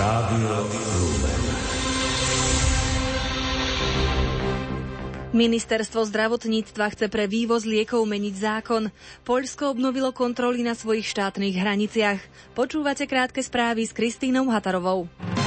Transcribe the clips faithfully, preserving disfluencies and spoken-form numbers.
Rádio Lumen. Ministerstvo zdravotníctva chce pre vývoz liekov meniť zákon. Poľsko obnovilo kontroly na svojich štátnych hraniciach. Počúvate krátke správy s Kristínou Hatarovou.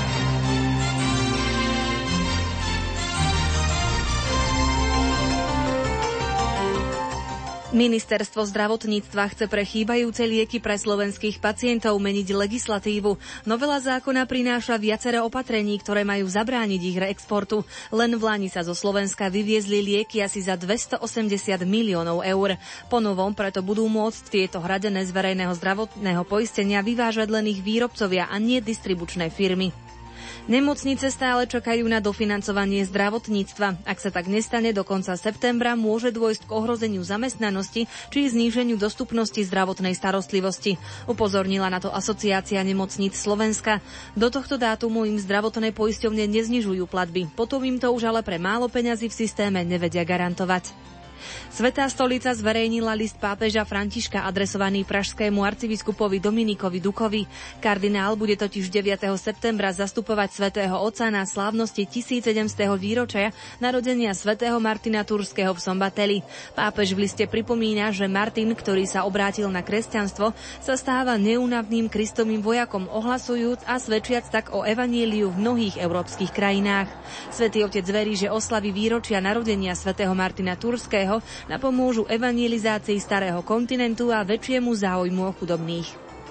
Ministerstvo zdravotníctva chce pre chýbajúce lieky pre slovenských pacientov meniť legislatívu. Novela zákona prináša viacero opatrení, ktoré majú zabrániť ich reexportu. Len v Lani sa zo Slovenska vyviezli lieky asi za dvestoosemdesiat miliónov eur. Po novom preto budú môcť tieto hradené z verejného zdravotného poistenia vyvážať len ich výrobcovia a nie distribučné firmy. Nemocnice stále čakajú na dofinancovanie zdravotníctva. Ak sa tak nestane, do konca septembra môže dôjsť k ohrozeniu zamestnanosti či zníženiu dostupnosti zdravotnej starostlivosti. Upozornila na to Asociácia nemocníc Slovenska. Do tohto dátumu im zdravotné poisťovne neznižujú platby. Potom im to už ale pre málo peňazí v systéme nevedia garantovať. Svätá stolica zverejnila list pápeža Františka adresovaný pražskému arcibiskupovi Dominikovi Dukovi. Kardinál bude totiž deviateho septembra zastupovať svätého Otca na slávnosti tisícsedemstého výročia narodenia svätého Martina Turského v Sombateli. Pápež v liste pripomína, že Martin, ktorý sa obrátil na kresťanstvo, sa stáva neúnavným Kristovým vojakom, ohlasujúc a svedčiac tak o evaníliu v mnohých európskych krajinách. Svätý Otec verí, že oslavy výročia narodenia svätého Martina Turského napomôžu evangelizácii starého kontinentu a väčšiemu záujmu o chudobných.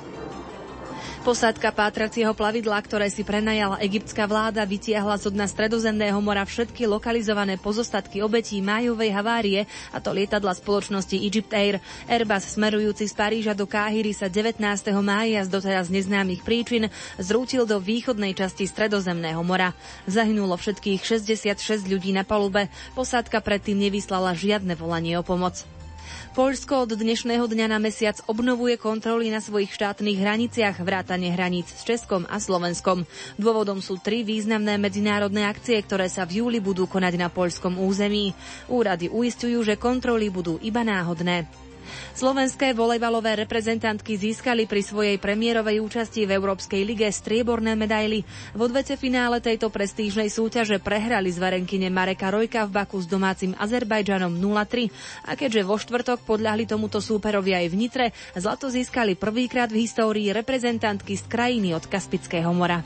Posádka pátracieho plavidla, ktoré si prenajala egyptská vláda, vytiahla zo dna Stredozemného mora všetky lokalizované pozostatky obetí májovej havárie, a to lietadla spoločnosti Egypt Air. Airbus smerujúci z Paríža do Káhiry sa devätnásteho mája z doteraz neznámych príčin zrútil do východnej časti Stredozemného mora. Zahynulo všetkých šesťdesiatšesť ľudí na palube. Posádka predtým nevyslala žiadne volanie o pomoc. Poľsko od dnešného dňa na mesiac obnovuje kontroly na svojich štátnych hraniciach, vrátane hraníc s Českom a Slovenskom. Dôvodom sú tri významné medzinárodné akcie, ktoré sa v júli budú konať na poľskom území. Úrady uisťujú, že kontroly budú iba náhodné. Slovenské volejbalové reprezentantky získali pri svojej premiérovej účasti v Európskej lige strieborné medaily. V odvete finále tejto prestížnej súťaže prehrali zverenkyne Mareka Rojka v Baku s domácim Azerbajdžanom nula tri. A keďže vo štvrtok podľahli tomuto súperovi aj v Nitre, zlato získali prvýkrát v histórii reprezentantky z krajiny od Kaspického mora.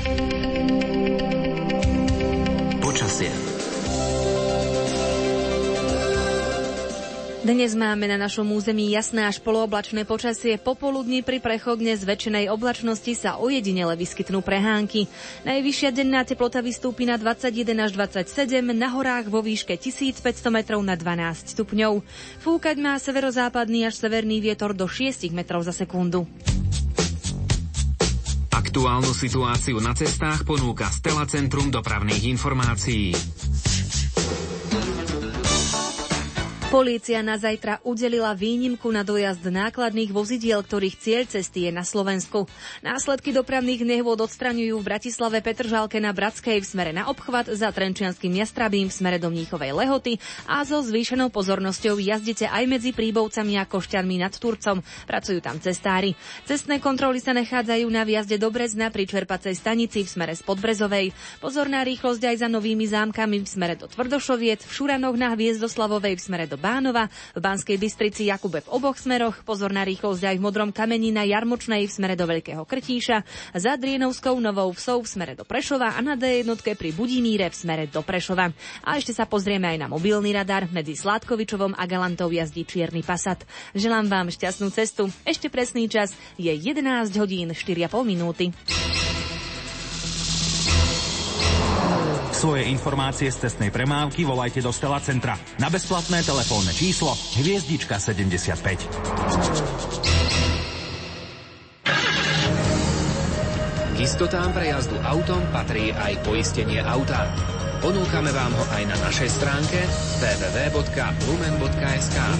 Počasie. Dnes máme na našom území jasné až polooblačné počasie. Popoludní pri prechodne z väčšinej oblačnosti sa ojedinele vyskytnú prehánky. Najvyššia denná teplota vystúpi na dvadsaťjeden až dvadsaťsedem, na horách vo výške tisícpäťsto metrov na dvanásť stupňov. Fúkať má severozápadný až severný vietor do šesť metrov za sekundu. Aktuálnu situáciu na cestách ponúka Stella Centrum dopravných informácií. Polícia na zajtra udelila výnimku na dojazd nákladných vozidiel, ktorých cieľ cesty je na Slovensku. Následky dopravných nehôd odstraňujú v Bratislave Petržalke na Bratskej v smere na obchvat, za Trenčianskym Jastrabím v smere do Mníchovej Lehoty a so zvýšenou pozornosťou jazdite aj medzi Príbovcami a Košťanmi nad Turcom. Pracujú tam cestári. Cestné kontroly sa nachádzajú na vjazde do Brezna pri čerpacej stanici v smere z Podbrezovej. Pozorná rýchlosť aj za Novými Zámkami v smere do Tvrdošoviec, v Šuranoch na Hviezdoslavovej v smere do Bánova, v Banskej Bystrici Jakube v oboch smeroch, pozorná rýchlosť aj v Modrom kameni na Jarmočnej v smere do Veľkého Krtíša, za Drienovskou Novou Vsou v smere do Prešova a na dé jednotke pri Budimíre v smere do Prešova. A ešte sa pozrieme aj na mobilný radar. Medzi Sládkovičovom a Galantou jazdí čierny Passat. Želám vám šťastnú cestu. Ešte presný čas je jedenásť hodín štyri a pol minúty. Svoje informácie z cestnej premávky volajte do Stella Centra na bezplatné telefónne číslo hviezdička sedemdesiatpäť. K istotám prejazdu autom patrí aj poistenie auta. Ponúkame vám ho aj na našej stránke w w w bodka lumen bodka es ká.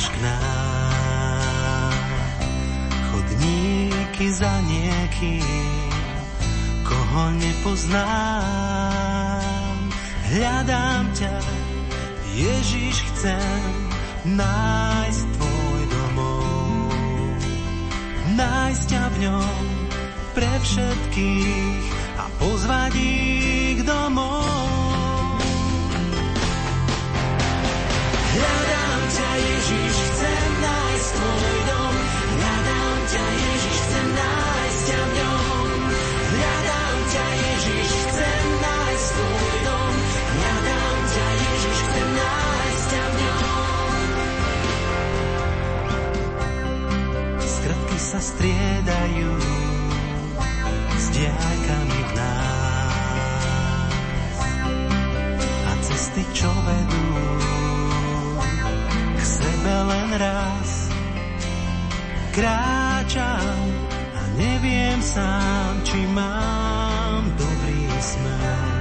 až k nám. Chodníky za niekým, koho nepoznám. Hľadám ťa, Ježiš, chcem nájsť tvoj domov. Nájsť ťa v ňom pre všetkých a pozvať ich domov. Hľadám ťa, Ježiš, chcem nájsť tvoj dom. Hľadám ťa, Ježiš, chcem nájsť ťa v ňom. Hľadám ťa, Ježiš, chcem nájsť tvoj dom. Hľadám ťa, Ježiš, chcem nájsť ťa v ňom. Skratky sa striedajú s diaľkami v nás a cesty, čo vedú k sebe len raz. Kráčam a neviem sám, či mám dobrý smer,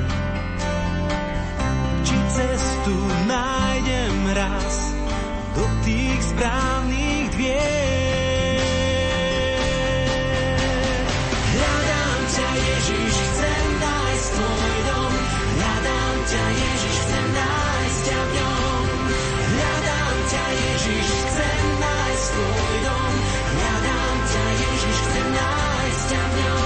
či cestu nájdem raz do tých správnych dvier. Hľadám ťa, Ježiš, chcem nájsť tvoj dom. Hľadám ťa, Ježiš, chcem nájsť ťa v ňom. Hľadám ťa, Ježiš, chcem nájsť tvoj dom. Hľadám ťa, Ježiš, chcem nájsť ťa v ňom.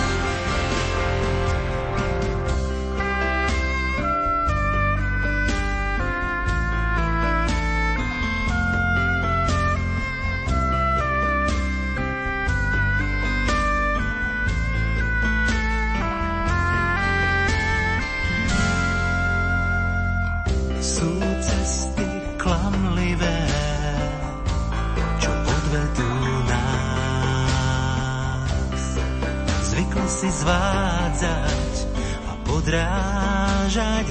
Sú cesty klamlivé, čo odvedú nás. Zvykli si zvádzať a podrážať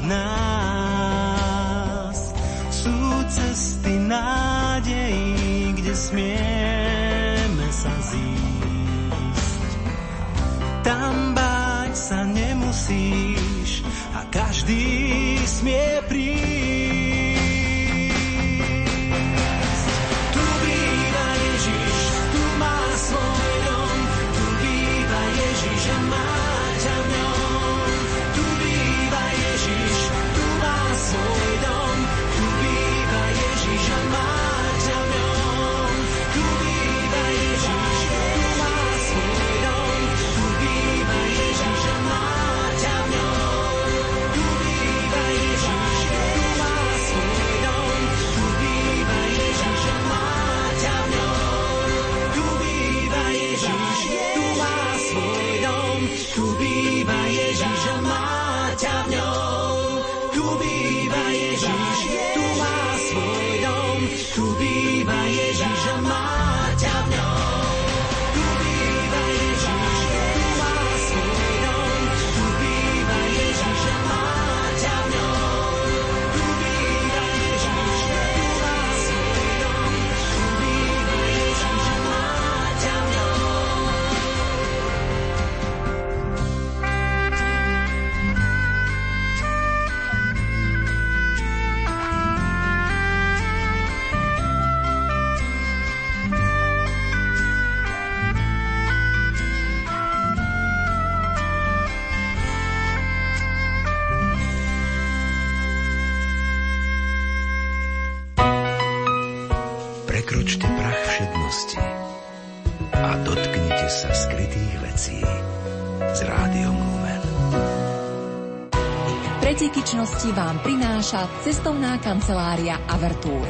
nás. Sú cesty nádejí, kde smieme sa zísť. Tam báť sa nemusíš a každý smie prísť. Tu býva Ježiš, tu má svoj dom. Tu býva Ježiš a má ťa v ňom. Tu býva Ježiš, tu má svoj dom. Tu býva Ježiš a má ťa v ňom. Tu býva Ježiš, tu má svoj dom. Tu býva Ježiš a má ťa v ňom. Tu býva Ježiš, tu má svoj dom. Tu býva Ježiš a má ťa v ňom. Tu býva Ježiš, tu má svoj dom. Tu býva Ježiš a má ťa v ňom. Tu býva Ježiš, tu má svoj dom. Tu býva Ježiš a má ťa v ňom. Tu býva Ježiš, tu má svoj dom. Tu býva Ježiš a má ťa v ňom. Tu býva Ježiš, tu má svoj dom. Tu býva Ježiš a má ťa v ňom. Prekročte prach všednosti a dotknite sa skrytých vecí s Rádiom Lumen. Preteky čnosti vám prináša cestovná kancelária Avertúr.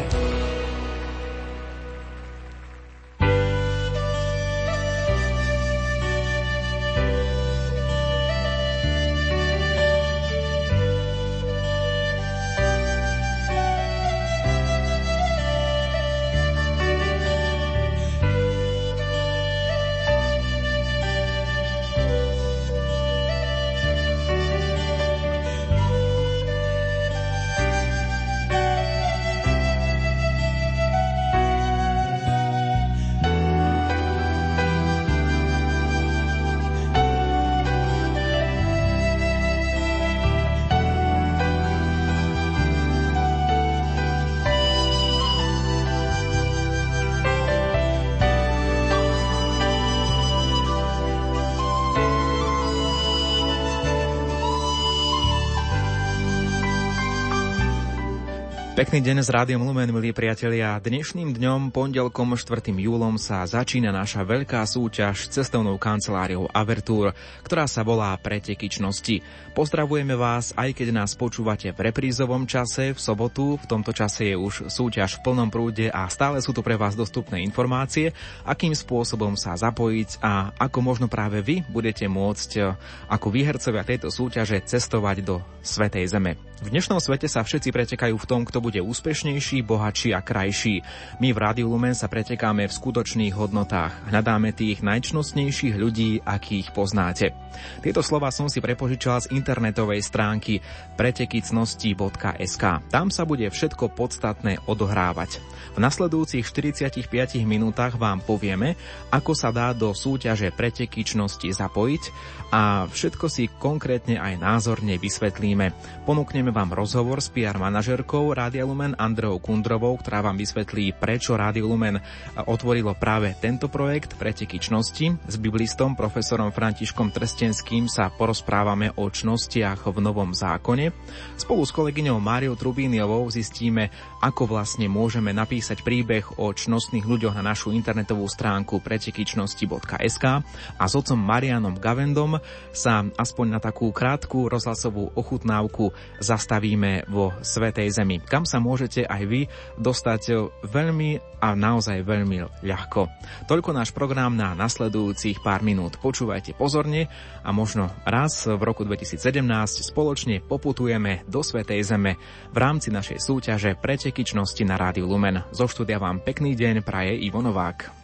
Pekný deň s Rádiom Lumen, milí priatelia. Dnešným dňom, pondelkom štvrtým júlom, sa začína naša veľká súťaž s cestovnou kanceláriou Avertúr, ktorá sa volá Preteky čnosti. Pozdravujeme vás, aj keď nás počúvate v reprízovom čase, v sobotu. V tomto čase je už súťaž v plnom prúde a stále sú tu pre vás dostupné informácie, akým spôsobom sa zapojiť a ako možno práve vy budete môcť ako výhercovia tejto súťaže cestovať do Svätej Zeme. V dnešnom svete sa všetci pretekajú v tom, kto bude úspešnejší, bohatší a krajší. My v Rádiu Lumen sa pretekáme v skutočných hodnotách. Hľadáme tých najčnostnejších ľudí, akých poznáte. Tieto slova som si prepožičal z internetovej stránky pretekicnosti bodka es ká. Tam sa bude všetko podstatné odohrávať. V nasledujúcich štyridsiatich piatich minútach vám povieme, ako sa dá do súťaže pretekyčnosti zapojiť a všetko si konkrétne aj názorne vysvetlíme. Ponúkneme vám rozhovor s pé er manažérkou Rádia Lumen Andreou Kundrovou, ktorá vám vysvetlí, prečo Rádio Lumen otvorilo práve tento projekt Preteky čnosti. S biblistom profesorom Františkom Trstenským sa porozprávame o čnostiach v Novom zákone. Spolu s kolegyňou Máriou Trubíniovou zistíme, ako vlastne môžeme napísať príbeh o čnostných ľuďoch na našu internetovú stránku pretekyčnosti bodka es ká a s otcom Marianom Gavendom sa aspoň na takú krátku rozhlasovú ochutnávku zastavíme vo Svätej Zemi, kam sa môžete aj vy dostať veľmi a naozaj veľmi ľahko. Toľko náš program na nasledujúcich pár minút. Počúvajte pozorne a možno raz v roku dvetisícsedemnásť spoločne poputujeme do Svätej Zeme v rámci našej súťaže Pretekyčnosti na Rádiu Lumen. Zo štúdia vám pekný deň praje Ivo Novák.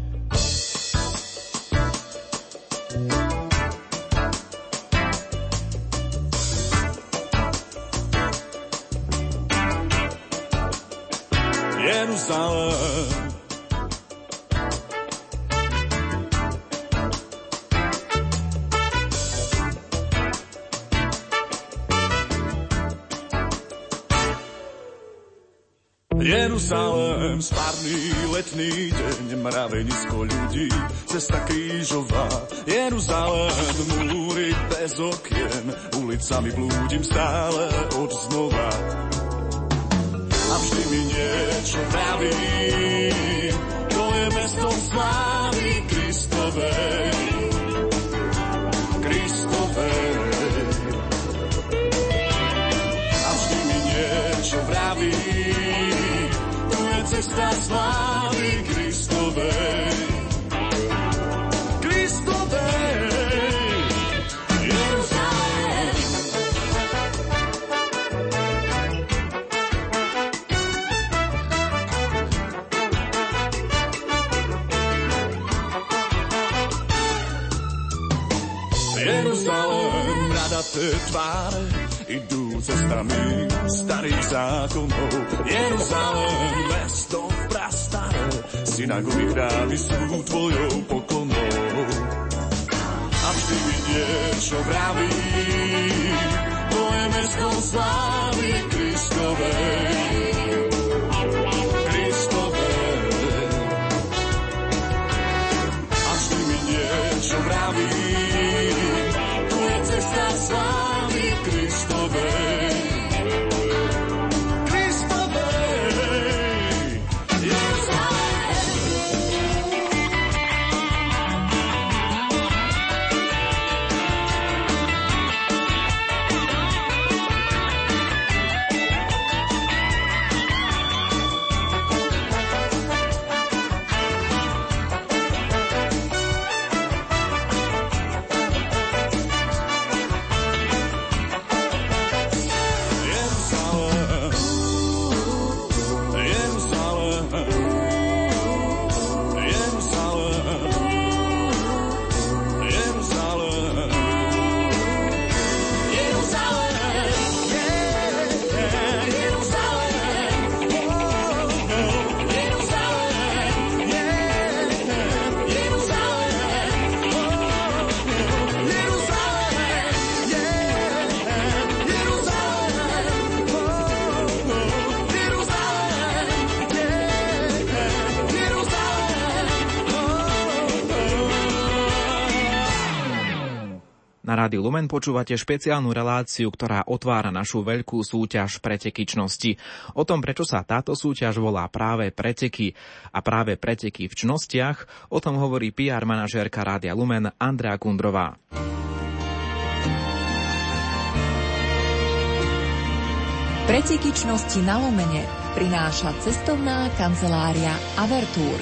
Jeruzalém. Jeruzalém, spárny letný deň, mravenisko ľudí, cesta krížová. Jeruzalém, múry bez okien, ulicami blúdim stále od znova. A vždy mi niečo praví, to je mesto slávy Kristovej, Kristovej. A vždy mi niečo praví, to je cesta slávy Kristovej, Kristovej. Jeruzalém, radaté tváre idú cestami starých zákonov. Jeruzalém, mesto prastaré, synagogy, chrámy sú tvojou pokonou. A vždy mi niečo vraví, to je mesto slávy Kristovej, Kristovej. A vždy mi niečo vraví, cesta slávy Kristovej, Kristovej, Jeruzalém. Na Rádiu Lumen počúvate špeciálnu reláciu, ktorá otvára našu veľkú súťaž pretekyčnosti. O tom, prečo sa táto súťaž volá práve preteky a práve preteky v čnostiach, o tom hovorí pé er manažérka Rádia Lumen Andrea Kundrová. Preteky čnosti na Lumene prináša cestovná kancelária Avertúr.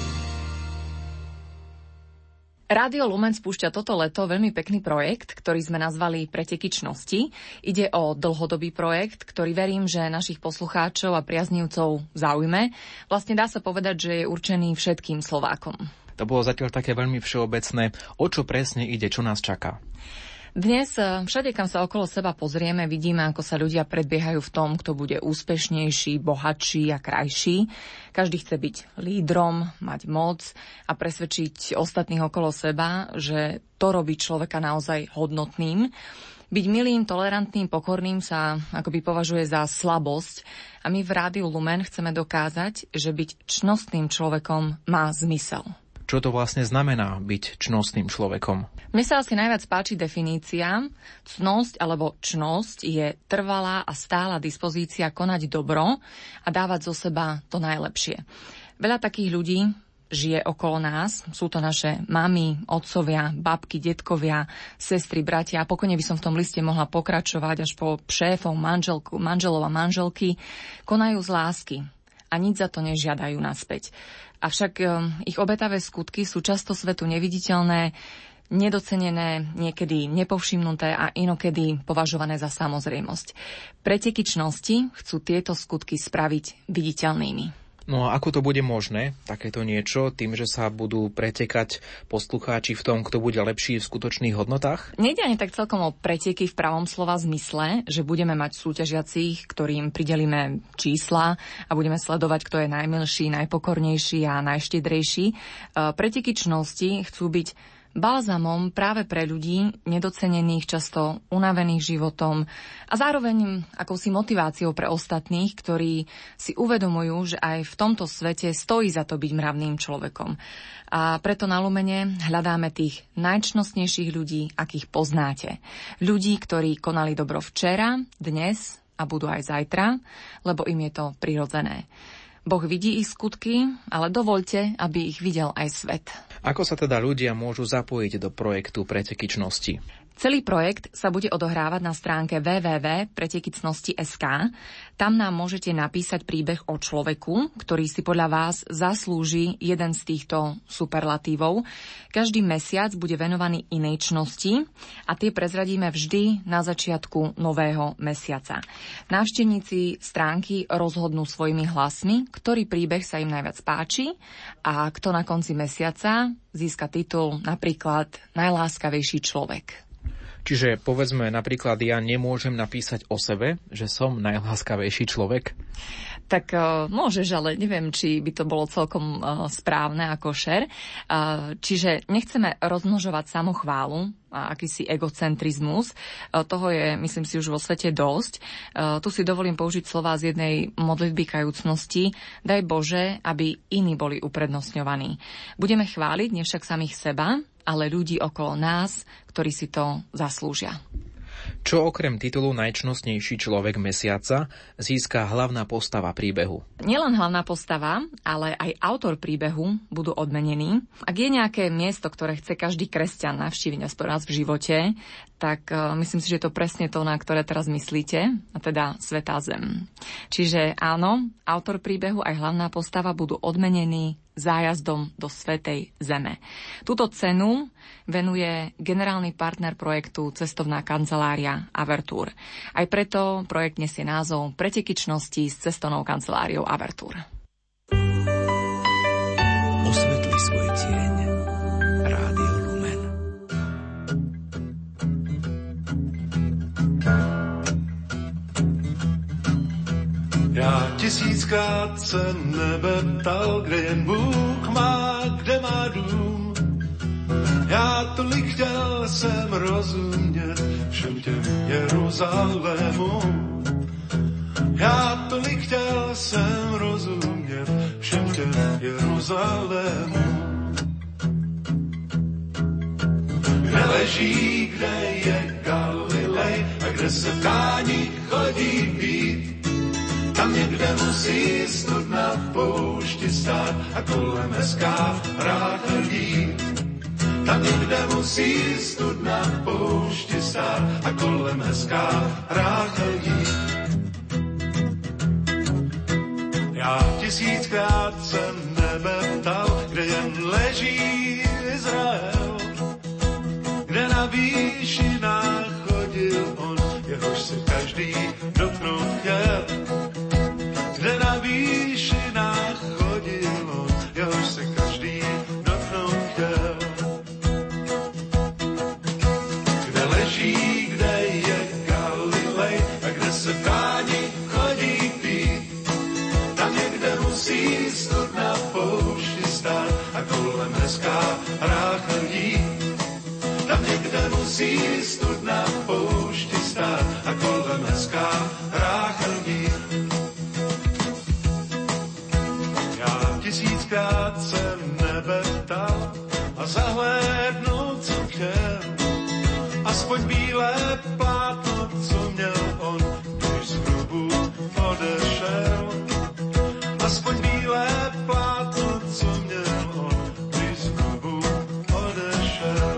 Rádio Lumen spúšťa toto leto veľmi pekný projekt, ktorý sme nazvali Preteky čnosti. Ide o dlhodobý projekt, ktorý verím, že našich poslucháčov a priaznivcov zaujme. Vlastne dá sa povedať, že je určený všetkým Slovákom. To bolo zatiaľ také veľmi všeobecné. O čo presne ide, čo nás čaká? Dnes všade, kam sa okolo seba pozrieme, vidíme, ako sa ľudia predbiehajú v tom, kto bude úspešnejší, bohatší a krajší. Každý chce byť lídrom, mať moc a presvedčiť ostatných okolo seba, že to robí človeka naozaj hodnotným. Byť milým, tolerantným, pokorným sa akoby považuje za slabosť a my v Rádiu Lumen chceme dokázať, že byť čnostným človekom má zmysel. Čo to vlastne znamená byť čnostným človekom? Mne sa asi najviac páči definícia. Cnosť alebo čnosť je trvalá a stála dispozícia konať dobro a dávať zo seba to najlepšie. Veľa takých ľudí žije okolo nás. Sú to naše mamy, otcovia, babky, detkovia, sestry, bratia. A pokojne by som v tom liste mohla pokračovať až po šéfov, manželku, manželov a manželky. Konajú z lásky a nič za to nežiadajú naspäť. Avšak ich obetavé skutky sú často svetu neviditeľné, nedocenené, niekedy nepovšimnuté a inokedy považované za samozrejmosť. Preteky čnosti chcú tieto skutky spraviť viditeľnými. No a ako to bude možné, takéto niečo, tým, že sa budú pretekať poslucháči v tom, kto bude lepší v skutočných hodnotách? Nejde ani tak celkom o preteky v pravom slova zmysle, že budeme mať súťažiacich, ktorým pridelíme čísla a budeme sledovať, kto je najmilší, najpokornejší a najštedrejší. Preteky čnosti chcú byť balzamom práve pre ľudí nedocenených, často unavených životom a zároveň akousi motiváciou pre ostatných, ktorí si uvedomujú, že aj v tomto svete stojí za to byť mravným človekom. A preto na Lumene hľadáme tých najčnostnejších ľudí, akých poznáte. Ľudí, ktorí konali dobro včera, dnes a budú aj zajtra, lebo im je to prirodzené. Boh vidí ich skutky, ale dovoľte, aby ich videl aj svet. Ako sa teda ľudia môžu zapojiť do projektu Preteky čnosti? Celý projekt sa bude odohrávať na stránke w w w bodka preteky cnosti bodka es ká. Tam nám môžete napísať príbeh o človeku, ktorý si podľa vás zaslúži jeden z týchto superlatívov. Každý mesiac bude venovaný inej čnosti a tie prezradíme vždy na začiatku nového mesiaca. Návštevníci stránky rozhodnú svojimi hlasmi, ktorý príbeh sa im najviac páči a kto na konci mesiaca získa titul napríklad Najláskavejší človek. Čiže povedzme napríklad, ja nemôžem napísať o sebe, že som najláskavejší človek? Tak uh, môžeš, ale neviem, či by to bolo celkom uh, správne ako šer. Uh, čiže nechceme rozmnožovať samochválu a akýsi egocentrizmus. Uh, toho je, myslím si, už vo svete dosť. Uh, tu si dovolím použiť slová z jednej modlitby kajúcnosti. Daj Bože, aby iní boli uprednostňovaní. Budeme chváliť nevšak samých seba, ale ľudí okolo nás, ktorí si to zaslúžia. Čo okrem titulu Najčnostnejší človek mesiaca získa hlavná postava príbehu? Nielen hlavná postava, ale aj autor príbehu budú odmenení. Ak je nejaké miesto, ktoré chce každý kresťan navštíviť aspoň raz v živote, tak uh, myslím si, že je to presne to, na ktoré teraz myslíte, a teda Svätá Zem. Čiže áno, autor príbehu aj hlavná postava budú odmenení zájazdom do Svätej Zeme. Túto cenu venuje generálny partner projektu Cestovná kancelária Avertúr. Aj preto projekt nesie názov Preteky čnosti s cestovnou kanceláriou Avertúr. Osvetli svoj tieň. Rádio Lumen. Já tisíckrát se nebe ptal, kde jen Bůh má, kde má dům. Já tolik chtěl jsem rozumět všem těm Jeruzalémům. Já tolik chtěl jsem rozumět všem těm Jeruzalémům. Kde leží, kde je Galilej a kde se v Káni chodí pít. Tam někde musí studna v poušti stát a kolem hezká hrách lidí. Tam někde musí studna v poušti stát a kolem hezká hrách lidí. Já tisíckrát jsem nebe ptal, kde jen leží Izrael, kde na výšinách chodil on, jehož si každý dotknout chtěl. Kde na výšinách chodil on, jehož si každý dotknout chtěl. Kde leží, kde je Galilej a kde se v Káni chodí pít. Tam někde musí studna v poušti stát a kolem hezká hrách lidí. Tam někde musí studna v poušti stát a kolem hezká hrách lidí. Já tisíckrát jsem nebe ptal a zahlédnout, co chtěl. Aspoň bílé plátno, co měl on, když z hrubu odešel. Aspoň bílé plátno, co měl on, když z hrubu odešel.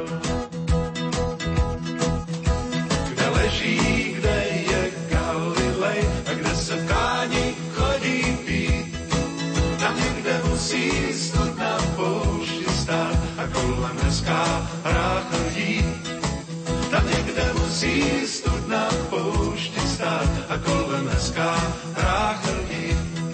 Kde leží, kde je Galilej a kde se v Káni chodí pít. Tam někde musí studna v poušti stát a kolem hezká hrách lidí. Tam někde musí studna v poušti stát a kolem hezká hrách lidí.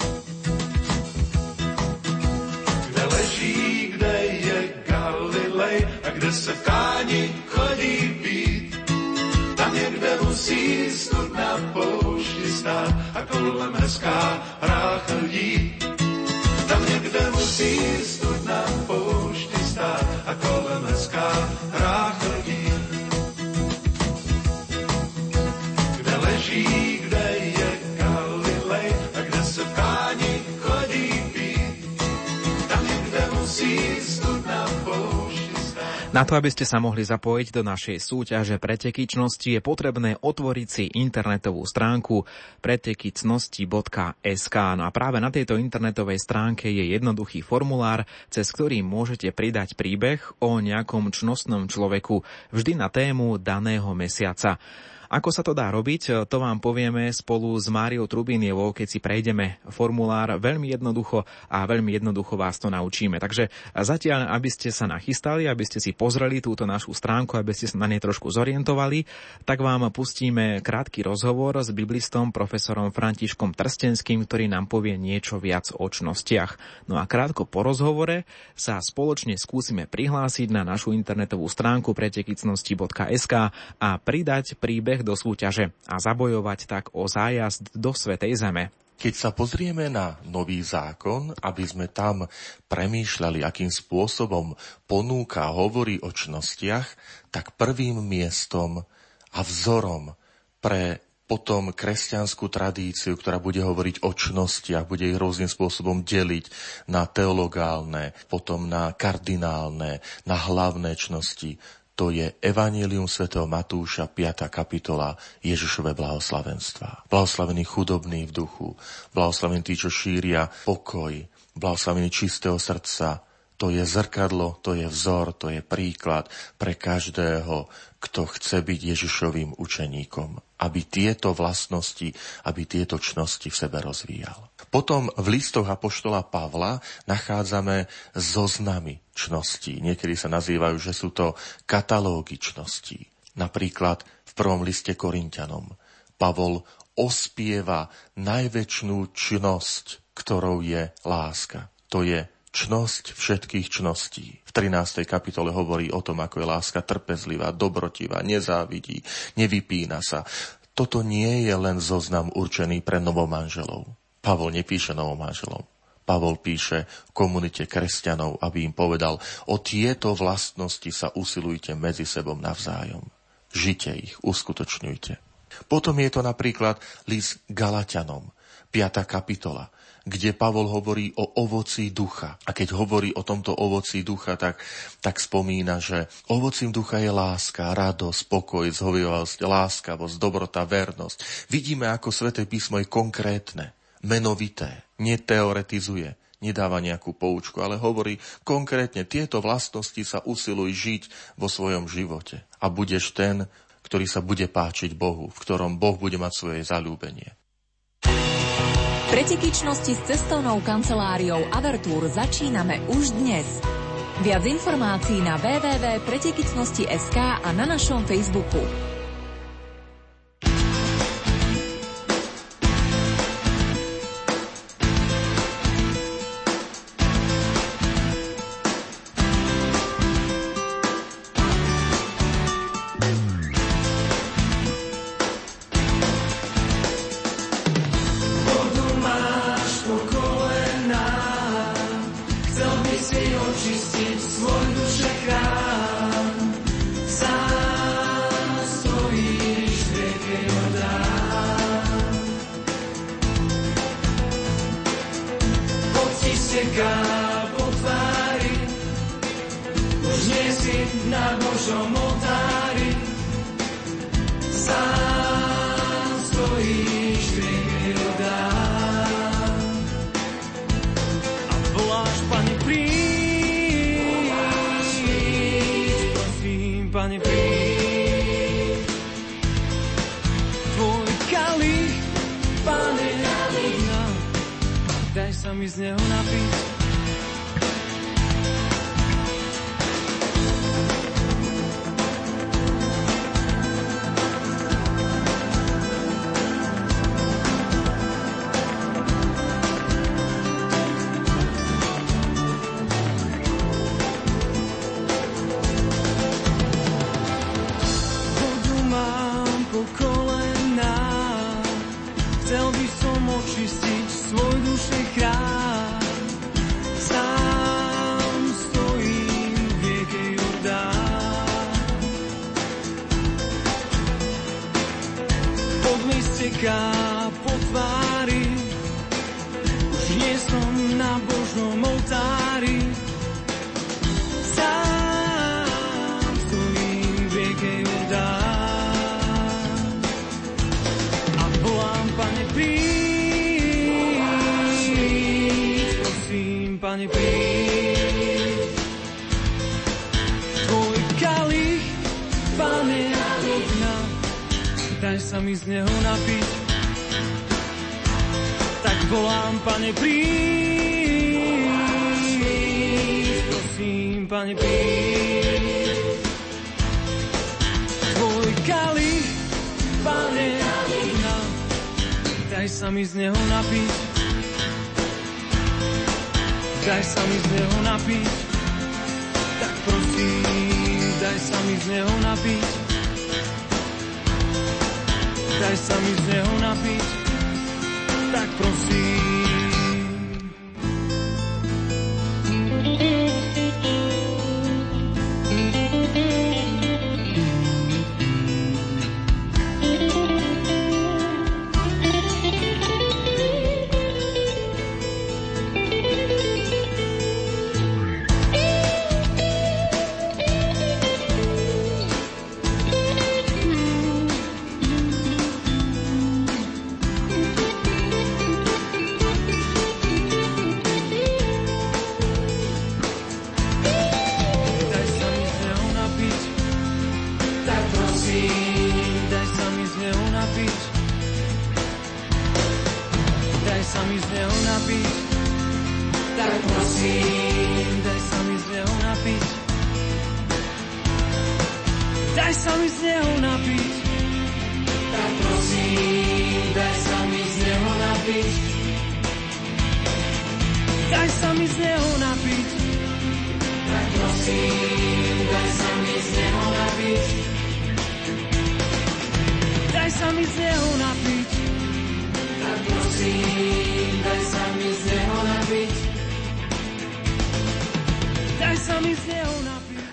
Kde leží, kde je Galilej a kde se v Káni chodí pít. Tam někde musí studna v poušti stát a kolem hezká hrách lidí. Tam někde musí studna v poušti stát a kolem hezká hrách lidí. Kde leží, kde je Galilej a kde se v Káni chodí pít. Tam někde musí studna v poušti stát. Na to, aby ste sa mohli zapojiť do našej súťaže Pretekýčnosti, je potrebné otvoriť si internetovú stránku pretekýčnosti bodka es ká. No a práve na tejto internetovej stránke je jednoduchý formulár, cez ktorý môžete pridať príbeh o nejakom čnostnom človeku vždy na tému daného mesiaca. Ako sa to dá robiť, to vám povieme spolu s Máriou Trubíniovou, keď si prejdeme formulár veľmi jednoducho a veľmi jednoducho vás to naučíme. Takže zatiaľ, aby ste sa nachystali, aby ste si pozreli túto našu stránku, aby ste sa na nej trošku zorientovali, tak vám pustíme krátky rozhovor s biblistom profesorom Františkom Trstenským, ktorý nám povie niečo viac o čnostiach. No a krátko po rozhovore sa spoločne skúsime prihlásiť na našu internetovú stránku pretekýčnosti bodka es ká a pridať príbeh do súťaže a zabojovať tak o zájazd do Svätej Zeme. Keď sa pozrieme na Nový zákon, aby sme tam premýšľali, akým spôsobom ponúka, hovorí o čnostiach, tak prvým miestom a vzorom pre potom kresťanskú tradíciu, ktorá bude hovoriť o čnostiach, bude ich rôznym spôsobom deliť na teologálne, potom na kardinálne, na hlavné čnosti. To je Evanjelium svätého Matúša, piata kapitola, Ježišove blahoslavenstva. Blahoslavení chudobní v duchu, blahoslavení tí, čo šíria pokoj, blahoslavení čistého srdca. To je zrkadlo, to je vzor, to je príklad pre každého, kto chce byť Ježišovým učeníkom, aby tieto vlastnosti, aby tieto čnosti v sebe rozvíjal. Potom v listoch apoštola Pavla nachádzame zoznamy čností. Niekedy sa nazývajú, že sú to katalógy čností. Napríklad v prvom liste Korinťanom Pavol ospieva najväčšnú čnosť, ktorou je láska. To je čnosť všetkých čností. V trinástej kapitole hovorí o tom, ako je láska trpezlivá, dobrotivá, nezávidí, nevypína sa. Toto nie je len zoznam určený pre novomanželov. Pavol nepíše novomanželom. Pavol píše komunite kresťanov, aby im povedal, o tieto vlastnosti sa usilujte medzi sebou navzájom. Žite ich, uskutočňujte. Potom je to napríklad list Galatianom, piata kapitola, kde Pavol hovorí o ovocí ducha. A keď hovorí o tomto ovocí ducha, tak, tak spomína, že ovocím ducha je láska, radosť, pokoj, zhovievavosť, láskavosť, dobrota, vernosť. Vidíme, ako Sväté písmo je konkrétne, menovité, neteoretizuje, nedáva nejakú poučku, ale hovorí konkrétne, tieto vlastnosti sa usiluj žiť vo svojom živote. A budeš ten, ktorý sa bude páčiť Bohu, v ktorom Boh bude mať svoje zaľúbenie. Preteky čnosti s cestovnou kanceláriou Avertúr začíname už dnes. Viac informácií na w w w bodka pretekicnosti bodka es ká a na našom Facebooku.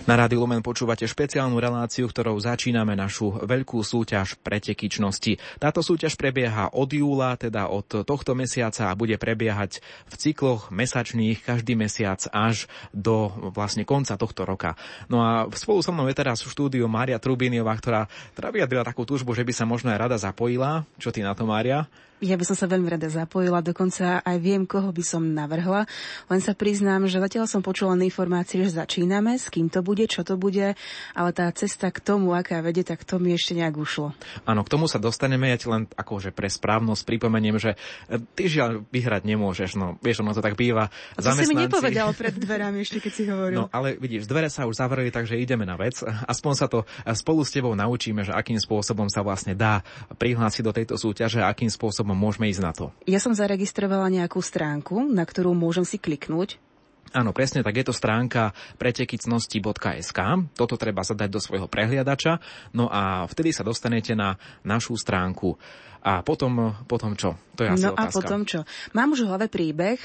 Na Rádiu Lumen počúvate špeciálnu reláciu, ktorou začíname našu veľkú súťaž pretekyčnosti. Táto súťaž prebieha od júla, teda od tohto mesiaca a bude prebiehať v cykloch mesačných každý mesiac až do vlastne konca tohto roka. No a spolu so mnou je teraz v štúdiu Mária Trubíniová, ktorá, ktorá vyjadrila takú túžbu, že by sa možno aj rada zapojila. Čo ty na to, Mária? Ja by som sa veľmi rada zapojila, dokonca aj viem, koho by som navrhla. Len sa priznám, že zatiaľ som počula informácie, že začíname, s kým to bude, čo to bude, ale tá cesta k tomu, aká vedie, tak to mi ešte nejak ušlo. Áno, k tomu sa dostaneme. Ja ti len akože pre správnosť pripomeniem, že ty žiaľ vyhrať nemôžeš. No, vieš, ono to tak býva. A to si mi nepovedal pred dverami ešte, keď si hovoril. No, ale vidíš, dvere sa už zavreli, takže ideme na vec. Aspoň sa to spolu s tebou naučíme, že akým spôsobom sa vlastne dá prihlásiť do tejto súťaže, akým spôsobom môžeme ísť na to. Ja som zaregistrovala nejakú stránku, na ktorú môžem si kliknúť. Áno, presne tak, je to stránka pretekicnosti bodka es ká. Toto treba zadať do svojho prehliadača. No a vtedy sa dostanete na našu stránku. A potom, potom čo? To je asi no otázka. A potom čo? Mám už v hlave príbeh,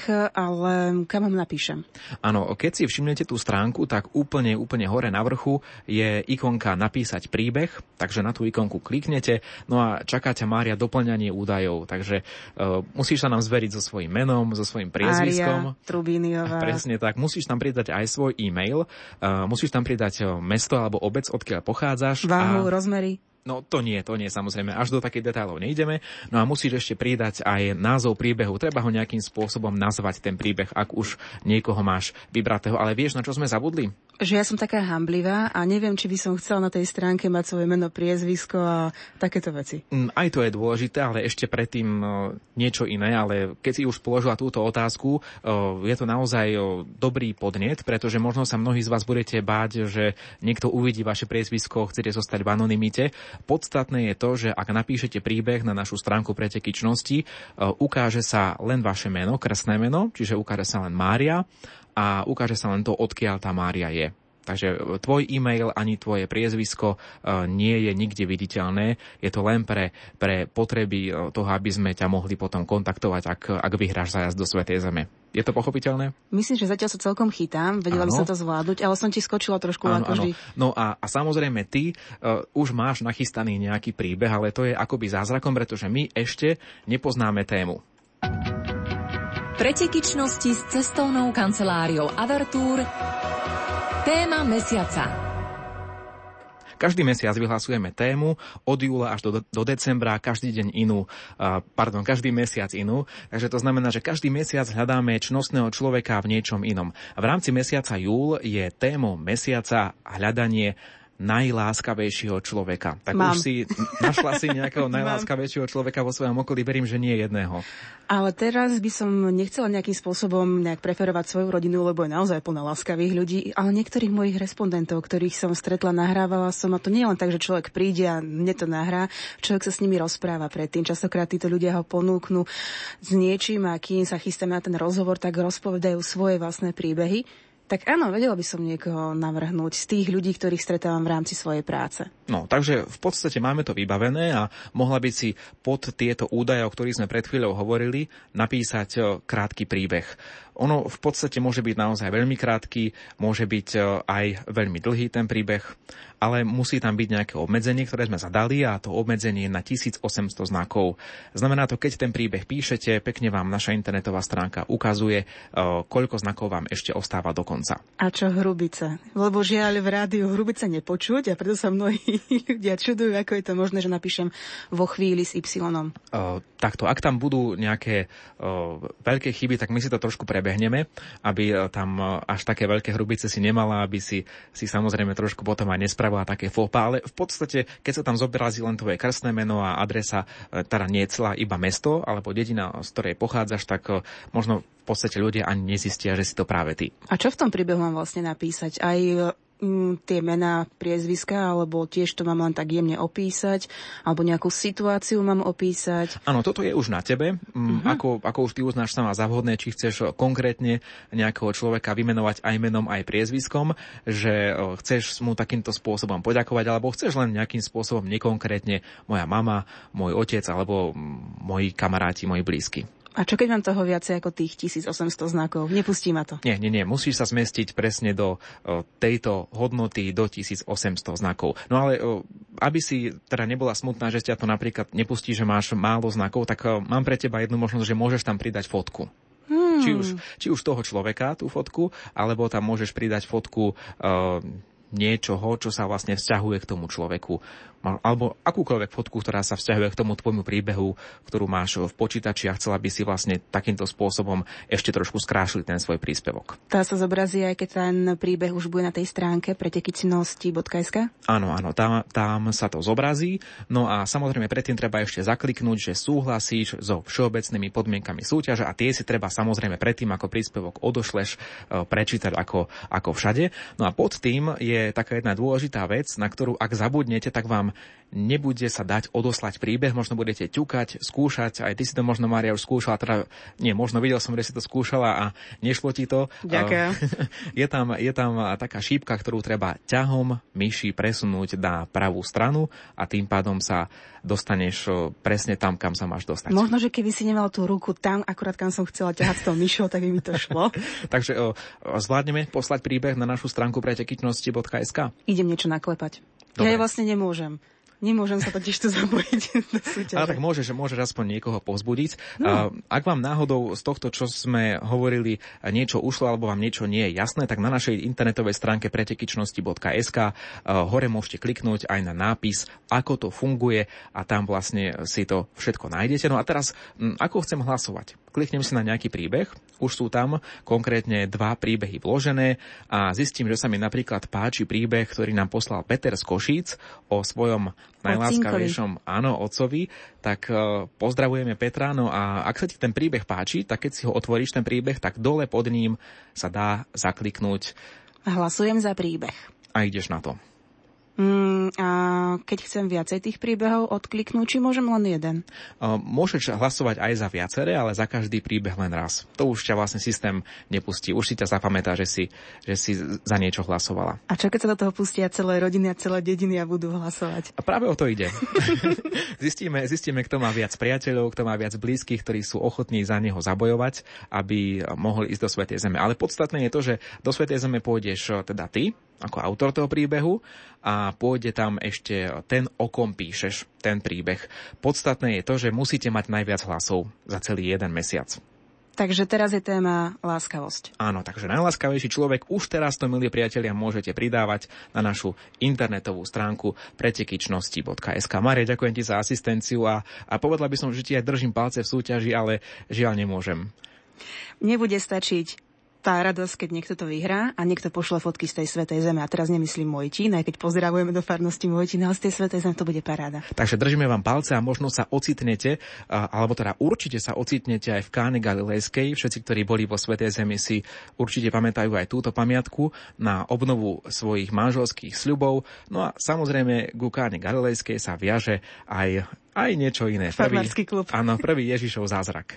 ale kam ho napíšem? Áno, keď si všimnete tú stránku, tak úplne, úplne hore na vrchu je ikonka napísať príbeh, takže na tú ikonku kliknete, no a čaká ťa, Mária, doplňanie údajov, takže uh, musíš sa nám zveriť so svojím menom, so svojím priezviskom. Mária Trubíniová. Presne tak, musíš tam pridať aj svoj e-mail, uh, musíš tam pridať mesto alebo obec, odkiaľ pochádzaš. Váhu, a... rozmery. No to nie, to nie, samozrejme, až do takých detailov nejdeme. No a musíš ešte pridať aj názov príbehu. Treba ho nejakým spôsobom nazvať, ten príbeh, ak už niekoho máš vybratého. Ale vieš, na čo sme zabudli? Že ja som taká hanblivá a neviem, či by som chcela na tej stránke mať svoje meno, priezvisko a takéto veci. Aj to je dôležité, ale ešte predtým niečo iné. Ale keď si už položila túto otázku, je to naozaj dobrý podnet, pretože možno sa mnohí z vás budete báť, že niekto uvidí vaše priezvisko, chcete zostať v anonymite. Podstatné je to, že ak napíšete príbeh na našu stránku pretekyčnosti, ukáže sa len vaše meno, krstné meno, čiže ukáže sa len Mária a ukáže sa len to, odkiaľ tá Mária je. Takže tvoj e-mail ani tvoje priezvisko nie je nikde viditeľné. Je to len pre, pre potreby toho, aby sme ťa mohli potom kontaktovať, ak, ak vyhráš zájazd do Svätej Zeme. Je to pochopiteľné? Myslím, že zatiaľ sa celkom chytám, vedela by sa to zvládnuť, ale som ti skočila trošku áno, ako vždy. No a, a samozrejme ty uh, už máš nachystaný nejaký príbeh, ale to je akoby zázrakom, pretože my ešte nepoznáme tému. Pretekyčnosti s cestovnou kanceláriou Avertúr. Téma mesiaca. Každý mesiac vyhlasujeme tému, od júla až do, do decembra, každý deň inú, uh, pardon, každý mesiac inú. Takže to znamená, že každý mesiac hľadáme čnostného človeka v niečom inom. A v rámci mesiaca júl je témou mesiaca hľadanie najláskavejšieho človeka. Tak Mám. už si našla si nejakého najláskavejšieho človeka vo svojom okolí, verím, že nie jedného. Ale teraz by som nechcela nejakým spôsobom nejak preferovať svoju rodinu, lebo je naozaj plná láskavých ľudí, ale niektorých mojich respondentov, ktorých som stretla, nahrávala som, a to nie len tak, že človek príde a mne to nahrá, človek sa s nimi rozpráva predtým. Častokrát títo ľudia ho ponúknú s niečím a kým sa chystáme na ten rozhovor, tak rozpovedajú svoje vlastné príbehy. Tak áno, vedela by som niekoho navrhnúť z tých ľudí, ktorých stretávam v rámci svojej práce. No, takže v podstate máme to vybavené a mohla by si pod tieto údaje, o ktorých sme pred chvíľou hovorili, napísať krátky príbeh. Ono v podstate môže byť naozaj veľmi krátky, môže byť aj veľmi dlhý ten príbeh, ale musí tam byť nejaké obmedzenie, ktoré sme zadali, a to obmedzenie je na tisícosemsto znakov. Znamená to, keď ten príbeh píšete, pekne vám naša internetová stránka ukazuje, koľko znakov vám ešte ostáva do konca. A čo hrubice? Lebo žiaľ v rádiu hrubice nepočuť a preto sa mnohí ľudia čudujú, ako je to možné, že napíšem vo chvíli s Y. Uh, takto, ak tam budú nejaké uh, veľké chyby, tak my si to trošku prebehneme, aby uh, tam uh, až také veľké hrubice si nemala, aby si, si samozrejme trošku potom aj nespravila také fópa, ale v podstate, keď sa tam zobrazí len tvoje krstné meno a adresa, uh, teda nie celá iba mesto, alebo dedina, z ktorej pochádzaš, tak uh, možno v podstate ľudia ani nezistia, že si to práve ty. A čo v tom príbehu mám vlastne napísať? Aj mm, tie mená, priezviska, alebo tiež to mám len tak jemne opísať, alebo nejakú situáciu mám opísať? Áno, toto je už na tebe. Mm, uh-huh. ako, ako už ty uznáš sama za vhodné, či chceš konkrétne nejakého človeka vymenovať aj menom, aj priezviskom, že chceš mu takýmto spôsobom poďakovať, alebo chceš len nejakým spôsobom nekonkrétne moja mama, môj otec, alebo moji kamaráti, moji blízky. A čo keď mám toho viacej ako tých tisícosemsto znakov? Nepustí ma to? Nie, nie, nie. Musíš sa zmestiť presne do o, tejto hodnoty, do tisícosemsto znakov. No ale o, aby si teda nebola smutná, že ťa to napríklad nepustí, že máš málo znakov, tak o, mám pre teba jednu možnosť, že môžeš tam pridať fotku. Hmm. Či už, či už toho človeka, tú fotku, alebo tam môžeš pridať fotku uh, niečoho, čo sa vlastne vzťahuje k tomu človeku. Alebo akúkoľvek fotku, ktorá sa vzťahuje k tomu tvojmu príbehu, ktorú máš v počítači a chcela by si vlastne takýmto spôsobom ešte trošku skrášliť ten svoj príspevok. Tá sa zobrazí, aj keď ten príbeh už bude na tej stránke pretekiteľnosti bodka es ká? Áno, áno, tam, tam sa to zobrazí. No a samozrejme predtým treba ešte zakliknúť, že súhlasíš so všeobecnými podmienkami súťaže a tie si treba samozrejme predtým, ako príspevok odošleš, prečítať ako, ako všade. No a pod tým je taká jedna dôležitá vec, na ktorú ak zabudnete, tak vám nebude sa dať odoslať príbeh, možno budete ťukať, skúšať, aj ty si to možno, Mária, už skúšala, teda nie, možno videl som, že si to skúšala a nešlo ti to. Ďakujem. Je tam, je tam taká šípka, ktorú treba ťahom myši presunúť na pravú stranu a tým pádom sa dostaneš presne tam, kam sa máš dostať. Možno, že keby si nemal tú ruku tam, akurát kam som chcela ťahať s tou myšou, tak by mi to šlo. Takže o, zvládneme poslať príbeh na našu stránku pretekiteľnosti bodka es ká? Idem niečo naklepať. Dobre. Ja vlastne nemôžem. Nemôžem sa totiž tu zapojiť do súťaže. Ale tak môžeš, môžeš aspoň niekoho povzbudiť. No. Ak vám náhodou z tohto, čo sme hovorili, niečo ušlo alebo vám niečo nie je jasné, tak na našej internetovej stránke pretekyčnosti bodka es ká hore môžete kliknúť aj na nápis, ako to funguje a tam vlastne si to všetko nájdete. No a teraz, ako chcem hlasovať? Kliknem si na nejaký príbeh, už sú tam konkrétne dva príbehy vložené a zistím, že sa mi napríklad páči príbeh, ktorý nám poslal Peter z Košíc o svojom najláskavejšom áno, otcovi, tak uh, pozdravujeme Petra. No a ak sa ti ten príbeh páči, tak keď si ho otvoríš, ten príbeh, tak dole pod ním sa dá zakliknúť. Hlasujem za príbeh. A ideš na to. Mm, a keď chcem viacej tých príbehov odkliknúť, či môžem len jeden? Uh, môžeš hlasovať aj za viaceré, ale za každý príbeh len raz. To už ťa vlastne systém nepustí. Už si ťa zapamätá, že si, že si za niečo hlasovala. A čo keď sa do toho pustia celé rodiny a celé dediny a budú hlasovať? A práve o to ide. zistíme, zistíme, kto má viac priateľov, kto má viac blízkych, ktorí sú ochotní za neho zabojovať, aby mohli ísť do Svätej Zeme. Ale podstatné je to, že do Svätej Zeme pôjdeš teda ty, ako autor toho príbehu a pôjde tam ešte ten, o kom píšeš ten príbeh. Podstatné je to, že musíte mať najviac hlasov za celý jeden mesiac. Takže teraz je téma láskavosť. Áno, takže najláskavejší človek už teraz to, milí priatelia, môžete pridávať na našu internetovú stránku pretekyčnosti bodka es ká. Mária, ďakujem ti za asistenciu a, a povedala by som, že ti aj držím palce v súťaži, ale žiaľ nemôžem. Nebude stačiť tá radosť, keď niekto to vyhrá a niekto pošle fotky z tej Svätej Zeme. A teraz nemyslím Mojtín, aj keď pozdravujeme do farnosti Mojtín, ale z tej Svätej Zeme to bude paráda. Takže držíme vám palce a možno sa ocitnete, alebo teda určite sa ocitnete aj v Káne Galilejskej. Všetci, ktorí boli vo Svätej Zemi, si určite pamätajú aj túto pamiatku na obnovu svojich manželských sľubov. No a samozrejme ku Káne Galilejskej sa viaže aj, aj niečo iné. Farmársky klub. Áno, prvý Ježišov zázrak.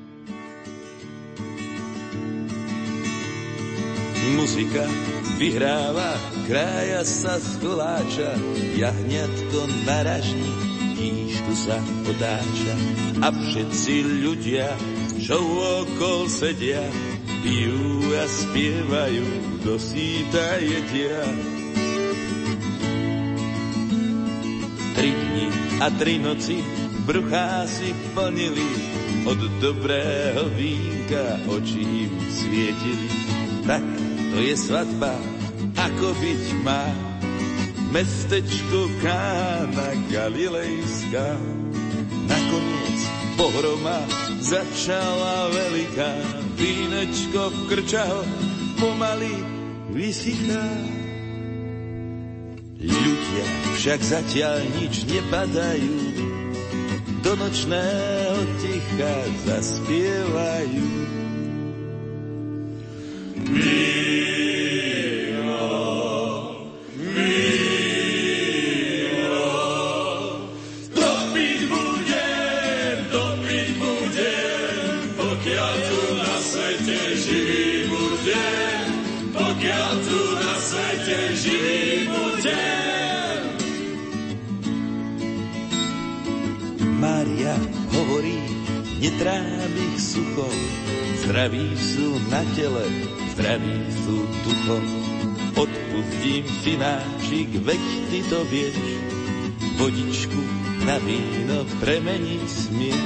Muzika vyhráva, krája sa z koláča, jahňatko na ražni, tíšku sa otáča. A všetci ľudia, čo okol sedia, pijú a spievajú, do síta jedia. Tri dni a tri noci bruchá si plnili, od dobrého vínka oči im svietili. Tak to je svadba, ako byť má, mestečko Kána Galilejská. Nakoniec pohroma začala veľká, vínečko v krčaho pomaly vysychá. Ľudia však zatiaľ nič nepadajú, do nočného ticha zaspievajú. Milo, Milo, dopiť budem, dopiť budem, pokiaľ tu na svete živý budem, pokiaľ tu na svete živý budem. Mária hovorí, netrávi ich sucho, zdraví sú na tele, zdraví sú duchom. Odpustím si náčik, veď ty to vieš, vodičku na víno premeniť smieš.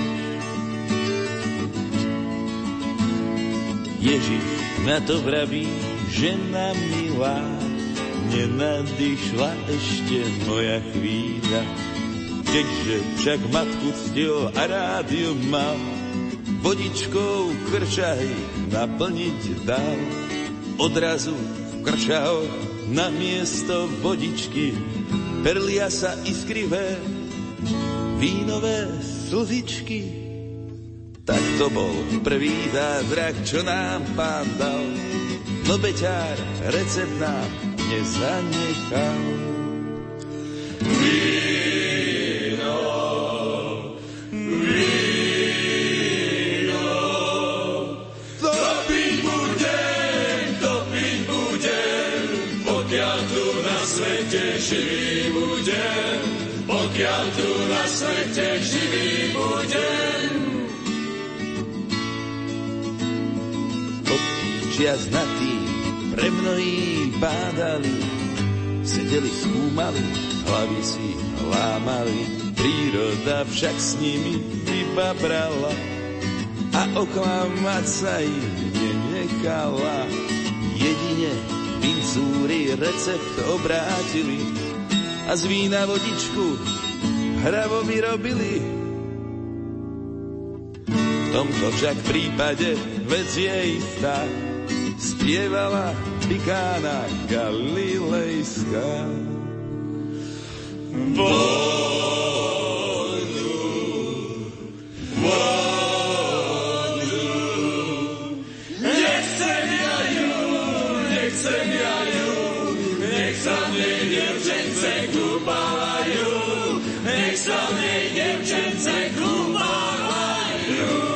Ježiš na to vraví, žena milá, nenadišla ešte moja chvíľa. Keďže však matku ctil a rádiu mal, vodičkou krčaj naplniť dal. Odrazu v krčahoch na miesto vodičky perlia sa iskrivé vínové slzičky. Tak to bol prvý zázrak, čo nám Pán dal, no beťár recept nám nezanechal. Víno, víno, to piť budem, to piť budem, pokiaľ tu na svete živý budem, pokiaľ tu na svete živý budem. Čiaznatí pre mnohí bádali, sedeli, skúmali, hlavy si lámali, príroda však s nimi vybabrala a oklamať sa im nenechala. Jedine pincúry recept obrátili a z vína vodičku hravo vyrobili. V tomto však prípade vec je istá, spievala Pikána Galilejská. Vodu, vodu, nechcem ja ju, nechcem ja ju, nech sa v nej dievčence kúpavajú, nech sa v nej dievčence kúpavajú.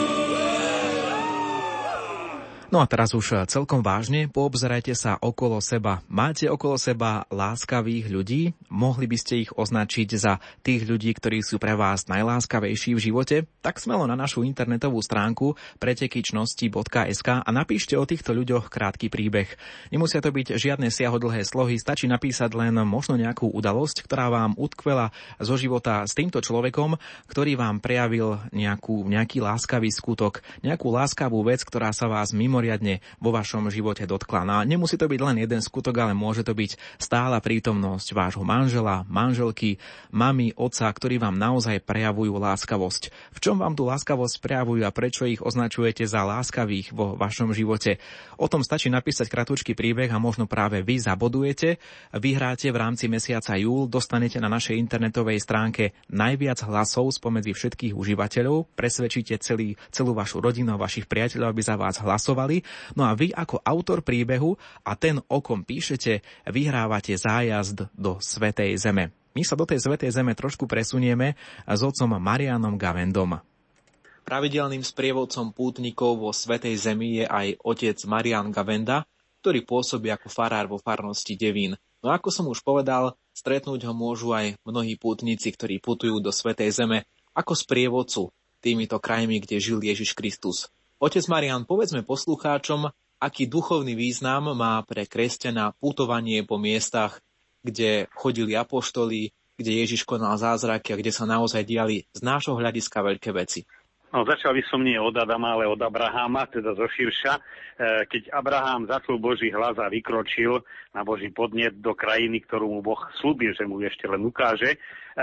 No a teraz už celkom vážne, poobzerajte sa okolo seba. Máte okolo seba láskavých ľudí? Mohli by ste ich označiť za tých ľudí, ktorí sú pre vás najláskavejší v živote? Tak smelo na našu internetovú stránku pretekyčnosti bodka es ká a napíšte o týchto ľuďoch krátky príbeh. Nemusia to byť žiadne siahodlhé slohy, stačí napísať len možno nejakú udalosť, ktorá vám utkvela zo života s týmto človekom, ktorý vám prejavil nejakú, nejaký láskavý skutok, nejakú láskavú vec, ktorá sa vás mimo mimoriadne vo vašom živote dotkla. No, nemusí to byť len jeden skutok, ale môže to byť stála prítomnosť vášho manžela, manželky, mamy, otca, ktorí vám naozaj prejavujú láskavosť. V čom vám tú láskavosť prejavujú a prečo ich označujete za láskavých vo vašom živote? O tom stačí napísať kratučký príbeh a možno práve vy zabodujete. Vyhráte v rámci mesiaca júl, dostanete na našej internetovej stránke najviac hlasov spomedzi všetkých užívateľov, presvedčíte celý, celú vašu rodinu a vašich priateľov, aby za vás hlasovali. No a vy ako autor príbehu a ten, o kom píšete, vyhrávate zájazd do Svätej Zeme. My sa do tej Svätej Zeme trošku presunieme s otcom Marianom Gavendom. Pravidelným sprievodcom pútnikov vo Svätej Zemi je aj otec Marian Gavenda, ktorý pôsobí ako farár vo farnosti Devín. No ako som už povedal, stretnúť ho môžu aj mnohí pútnici, ktorí putujú do Svätej Zeme ako sprievodcu týmito krajmi, kde žil Ježiš Kristus. Otec Marian, povedzme poslucháčom, aký duchovný význam má pre kresťana putovanie po miestach, kde chodili apoštoli, kde Ježiš konal zázraky a kde sa naozaj diali z nášho hľadiska veľké veci. No, začal by som nie od Adama, ale od Abraháma, teda zo širša. Keď Abrahám začul Boží hlas a vykročil na Boží podnet do krajiny, ktorú mu Boh slúbil, že mu ešte len ukáže,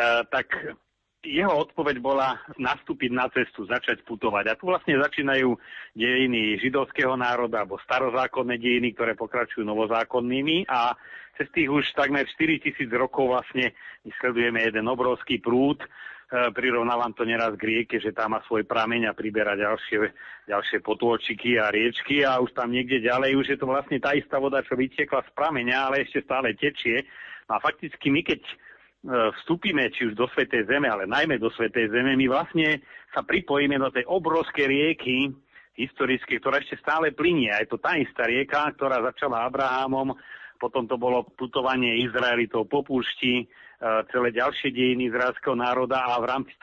tak jeho odpoveď bola nastúpiť na cestu, začať putovať. A tu vlastne začínajú dejiny židovského národa, alebo starozákonné dejiny, ktoré pokračujú novozákonnými. A cez tých už takmer štyritisíc rokov vlastne sledujeme jeden obrovský prúd. Prirovnávam to neraz k rieke, že tam má svoj prameň a priberá ďalšie, ďalšie potôčiky a riečky. A už tam niekde ďalej už je to vlastne tá istá voda, čo vytiekla z prameňa, ale ešte stále tečie. A fakticky my, keď vstúpime či už do Svätej Zeme, ale najmä do Svätej Zeme, my vlastne sa pripojíme do tej obrovskej rieky historickej, ktorá ešte stále plynie. A je to tá istá rieka, ktorá začala Abrahámom, potom to bolo putovanie Izraelitov po púšti, celé ďalšie dejiny izraelského národa a v rámci toho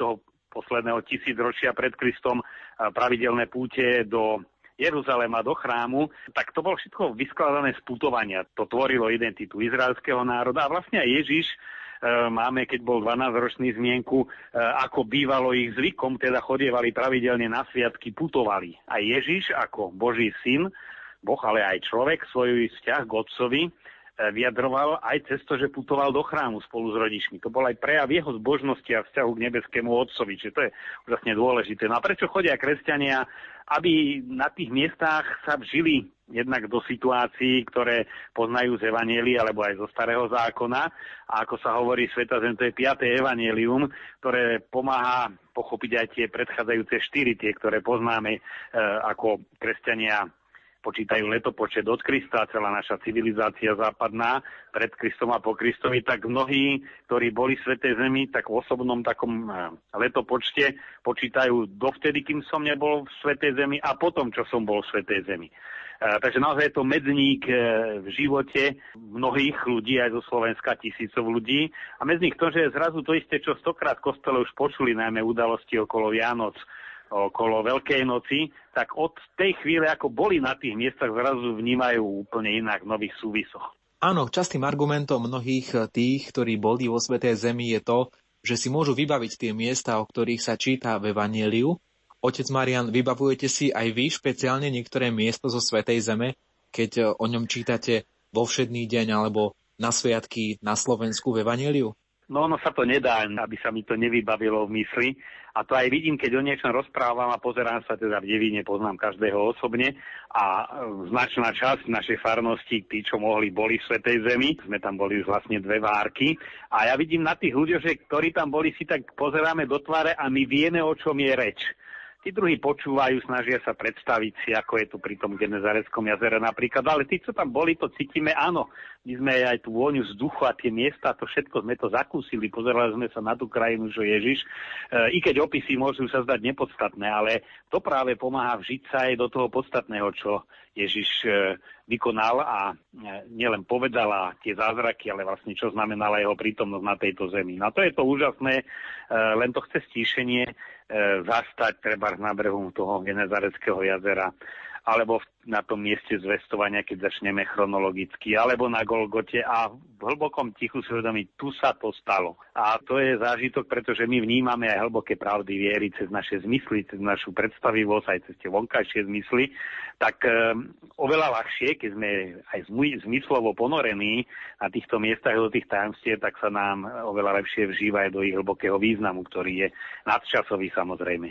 posledného tisícročia pred Kristom pravidelné púte do Jeruzalema, do chrámu, tak to bolo všetko vyskladané z putovania. To tvorilo identitu izraelského národa a vlastne aj Ježiš, máme, keď bol dvanásťročný, zmienku, ako bývalo ich zvykom, teda chodievali pravidelne na sviatky, putovali. A Ježiš ako Boží syn, Boh, ale aj človek, svoj vzťah k Otcovi vyjadroval aj cez to, že putoval do chrámu spolu s rodičmi. To bol aj prejav jeho zbožnosti a vzťahu k nebeskému Otcovi, čiže to je úžasne dôležité. No a prečo chodia kresťania? Aby na tých miestach sa vžili jednak do situácií, ktoré poznajú z Evanjelia alebo aj zo Starého zákona. A ako sa hovorí, Svätá zem, to je piate Evanjelium, ktoré pomáha pochopiť aj tie predchádzajúce štyri, tie, ktoré poznáme e, ako kresťania počítajú letopočet od Krista, celá naša civilizácia západná pred Kristom a po Kristovi, tak mnohí, ktorí boli v Svätej zemi, tak v osobnom takom letopočte počítajú dovtedy, kým som nebol v Svätej zemi a potom, čo som bol v Svätej zemi. Takže naozaj je to medzník v živote mnohých ľudí, aj zo Slovenska tisícov ľudí. A medzník to, že je zrazu to isté, čo stokrát v kostole už počuli, najmä udalosti okolo Vianoc, okolo Veľkej noci, tak od tej chvíle, ako boli na tých miestach, zrazu vnímajú úplne inak v nových súvisoch. Áno, častým argumentom mnohých tých, ktorí boli vo Svätej zemi, je to, že si môžu vybaviť tie miesta, o ktorých sa číta v Evanjeliu. Otec Marián, vybavujete si aj vy špeciálne niektoré miesto zo Svätej zeme, keď o ňom čítate vo všedný deň alebo na sviatky na Slovensku v Evanjeliu? No, ono sa to nedá, aby sa mi to nevybavilo v mysli. A to aj vidím, keď o niečom rozprávam a pozerám sa teda v Devíne, poznám každého osobne a značná časť našej farnosti, tí, čo mohli, boli v Svätej zemi. Sme tam boli už vlastne dve várky. A ja vidím na tých ľuďoch, že ktorí tam boli, si tak pozeráme do tváre a my vieme, o čom je reč. Tí druhí počúvajú, snažia sa predstaviť si, ako je tu pri tom Genezareckom jazere napríklad, ale tí, čo tam boli, to cítime, áno. My sme aj tú vôňu vzduchu a tie miesta, to všetko sme to zakúsili, pozerali sme sa na tú krajinu, že Ježiš, e, i keď opisy môžu sa zdať nepodstatné, ale to práve pomáha vžiť sa aj do toho podstatného, čo Ježiš e, vykonal a e, nielen povedal a tie zázraky, ale vlastne čo znamenala jeho prítomnosť na tejto zemi. No to je to úžasné, e, len to chce stíšenie, e, zastať treba na brehu toho Genezareckého jazera, alebo na tom mieste zvestovania, keď začneme chronologicky, alebo na Golgote a v hlbokom tichu svedomí, tu sa to stalo. A to je zážitok, pretože my vnímame aj hlboké pravdy viery cez naše zmysly, cez našu predstavivosť, aj cez tie vonkajšie zmysly, tak e, oveľa ľahšie, keď sme aj zmyslovo ponorení na týchto miestach do tých tajomstiev, tak sa nám oveľa lepšie vžíva aj do ich hlbokého významu, ktorý je nadčasový samozrejme.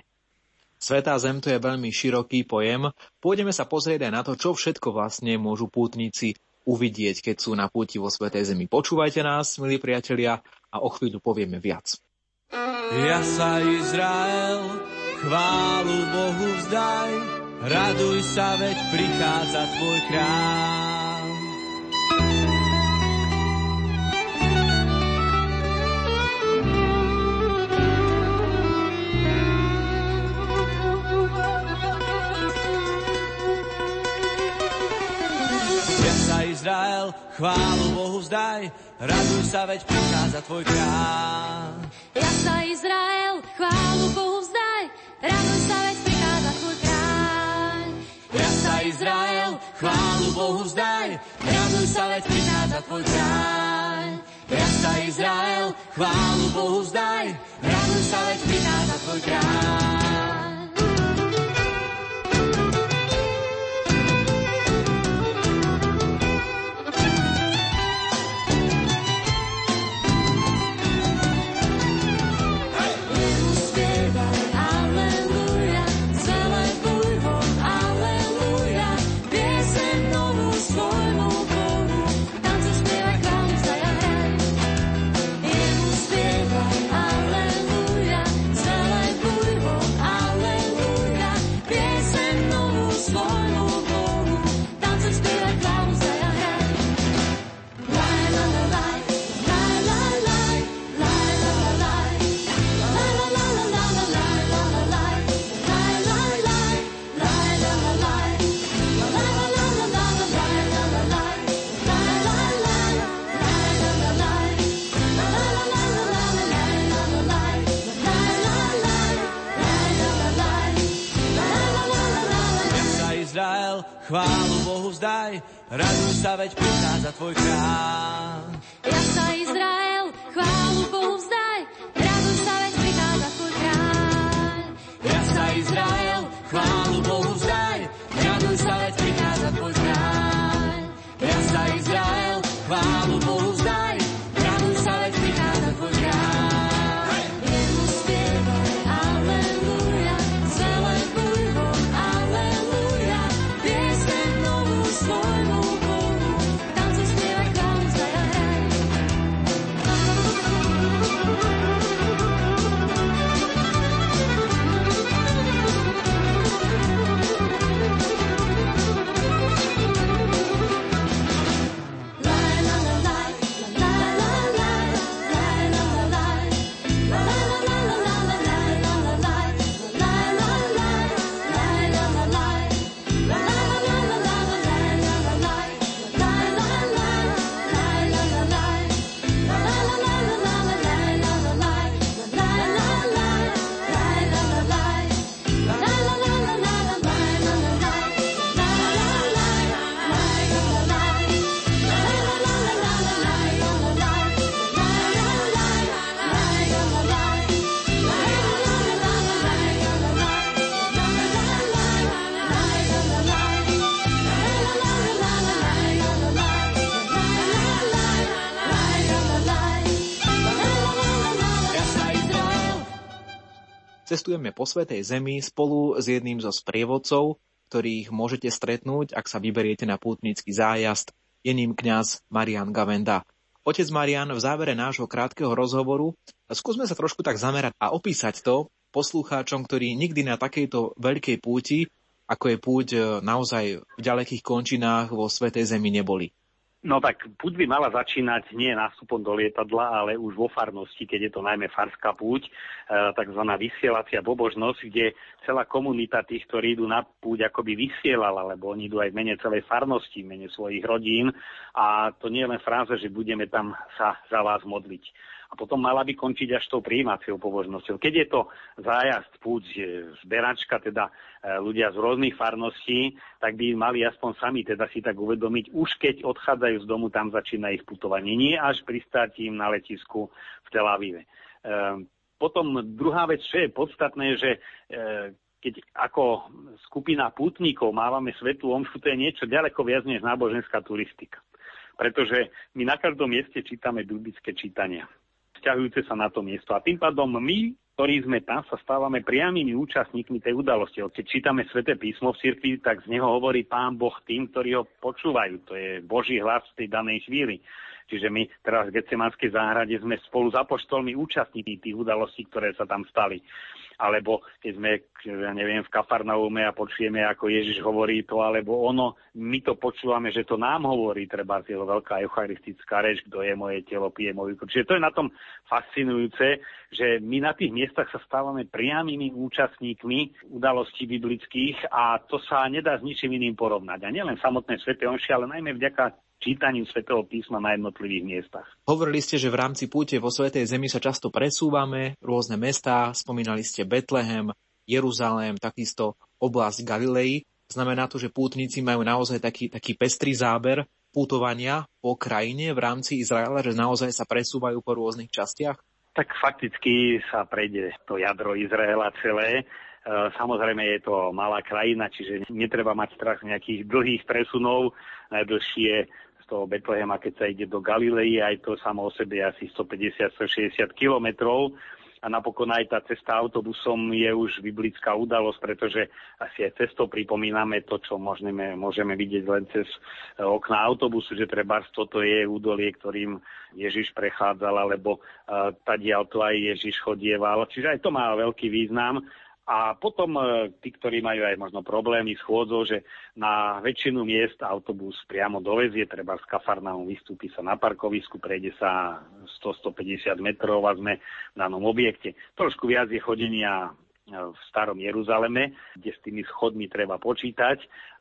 Svätá zem to je veľmi široký pojem. Pôjdeme sa pozrieť aj na to, čo všetko vlastne môžu pútnici uvidieť, keď sú na púti vo Svätej zemi. Počúvajte nás, milí priatelia, a o chvíľu povieme viac. Ja sa Izrael, chválu Bohu vzdaj, raduj sa, veď prichádza tvoj kráľ. Izrael, chválu Bohu vzdaj, raduj sa, veď prichádza tvoj kráľ. Ja sa Izrael, chválu Bohu vzdaj, raduj sa, veď prichádza tvoj kráľ. Ja sa Izrael, chválu Bohu vzdaj, raduj sa, veď prichádza tvoj kráľ. Ja sa Izrael, chválu Bohu vzdaj, raduj sa, veď prichádza tvoj kráľ. Aleluja, chválu Bohu vzdaj, raduj sa, veď prichádza tvoj kráľ. Ja sa Izrael, chválu Bohu vzdaj, raduj sa, veď prichádza tvoj kráľ. Ja sa Izrael, chválu Bohu vzdaj, raduj sa, veď prichádza tvoj kráľ. Ja sa Izrael, chválu Bohu vzdaj, raduj sa, veď prichádza tvoj kráľ. Jemu spievaj, aleluja, zvelebuj ho, aleluja, pieseň novú svojmu Bohu, tancuj, spievaj, chválu vzdaj a hraj. Cestujeme po Svätej Zemi spolu s jedným zo sprievodcov, ktorých môžete stretnúť, ak sa vyberiete na pútnický zájazd. Je ním kňaz Marián Gavenda. Otec Marián, v závere nášho krátkeho rozhovoru skúsme sa trošku tak zamerať a opísať to poslucháčom, ktorí nikdy na takejto veľkej púti, ako je púť naozaj v ďalekých končinách vo Svätej Zemi, neboli. No tak púť by mala začínať nie nástupom do lietadla, ale už vo farnosti, keď je to najmä farská púť, takzvaná vysielacia bobožnosť, kde celá komunita tých, ktorí idú na púť, akoby vysielala, lebo oni idú aj v mene celej farnosti, v mene svojich rodín. A to nie je len fráza, že budeme tam sa za vás modliť. A potom mala by končiť až tou prijímaciou pobožnosťou. Keď je to zájazd, púť, zberačka, teda ľudia z rôznych farností, tak by mali aspoň sami teda si tak uvedomiť, už keď odchádzajú z domu, tam začína ich putovanie. Nie až pristátím na letisku v Tel Avive. Potom druhá vec, čo je podstatné, že keď ako skupina pútnikov mávame svätú omšu, to je niečo ďaleko viac než náboženská turistika. Pretože my na každom mieste čítame biblické čítania, vzťahujúce sa na to miesto. A tým pádom my, ktorí sme tam, sa stávame priamými účastníkmi tej udalosti. Keď čítame Sväté písmo v cirkvi, tak z neho hovorí Pán Boh tým, ktorí ho počúvajú. To je Boží hlas v tej danej chvíli. Čiže my teraz v Getsemanskej záhrade sme spolu s apoštolmi účastníci tých udalostí, ktoré sa tam stali. Alebo keď sme, ja neviem, v Kafarnaume a počujeme, ako Ježiš hovorí to, alebo ono, my to počúvame, že to nám hovorí, treba jeho veľká eucharistická reč, kto je moje telo, pije moju krv. Čiže to je na tom fascinujúce, že my na tých miestach sa stávame priamými účastníkmi udalostí biblických a to sa nedá s ničím iným porovnať. A nielen samotné sväté omše, ale najmä vďaka čítaním Svätého písma na jednotlivých miestach. Hovorili ste, že v rámci púte vo Svätej Zemi sa často presúvame, rôzne mestá, spomínali ste Betlehem, Jeruzalém, takisto oblasť Galilei. Znamená to, že pútnici majú naozaj taký, taký pestrý záber putovania po krajine v rámci Izraela, že naozaj sa presúvajú po rôznych častiach? Tak fakticky sa prejde to jadro Izraela celé. Samozrejme je to malá krajina, čiže netreba mať strach nejakých dlhých presunov. Najdlhšie z toho Betlehema, keď sa ide do Galilei, aj to samo o sebe je asi stopäťdesiat až stošesťdesiat kilometrov. A napokon aj tá cesta autobusom je už biblická udalosť, pretože asi aj cestou pripomíname to, čo môžeme, môžeme vidieť len cez okná autobusu, že trebárs toto je údolie, ktorým Ježiš prechádzal, alebo uh, tadiaľto aj Ježiš chodieval. Čiže aj to má veľký význam. A potom tí, ktorí majú aj možno problémy s chôdzou, že na väčšinu miest autobus priamo dovezie, treba z Kafarnaum vystúpi sa na parkovisku, prejde sa sto až stopäťdesiat metrov a sme v danom objekte. Trošku viac je chodenia v starom Jeruzaleme, kde s tými schodmi treba počítať,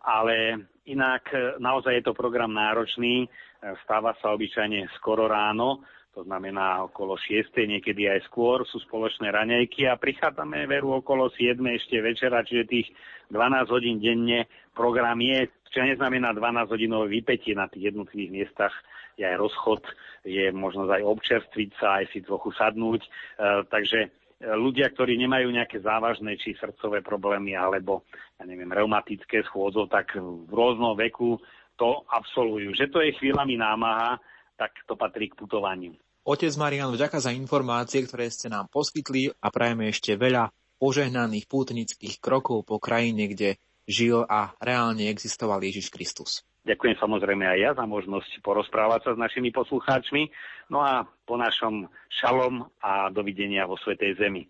ale inak naozaj je to program náročný, stáva sa obyčajne skoro ráno. to znamená okolo šiestej, niekedy aj skôr, sú spoločné raňajky a prichádzame veru okolo siedmej ešte večera, čiže tých dvanásť hodín denne program je, čo neznamená dvanásť hodinové vypätie na tých jednotlivých miestach, je aj rozchod, je možnosť aj občerstviť sa, aj si trochu sadnúť, e, takže ľudia, ktorí nemajú nejaké závažné či srdcové problémy alebo, ja neviem, reumatické schôdzo, tak v rôznom veku to absolvujú. Že to je chvíľami námaha, tak to patrí k putovaniu. Otec Marián, vďaka za informácie, ktoré ste nám poskytli a prajeme ešte veľa požehnaných pútnických krokov po krajine, kde žil a reálne existoval Ježiš Kristus. Ďakujem samozrejme aj ja za možnosť porozprávať sa s našimi poslucháčmi. No a po našom šalom a dovidenia vo Svätej Zemi.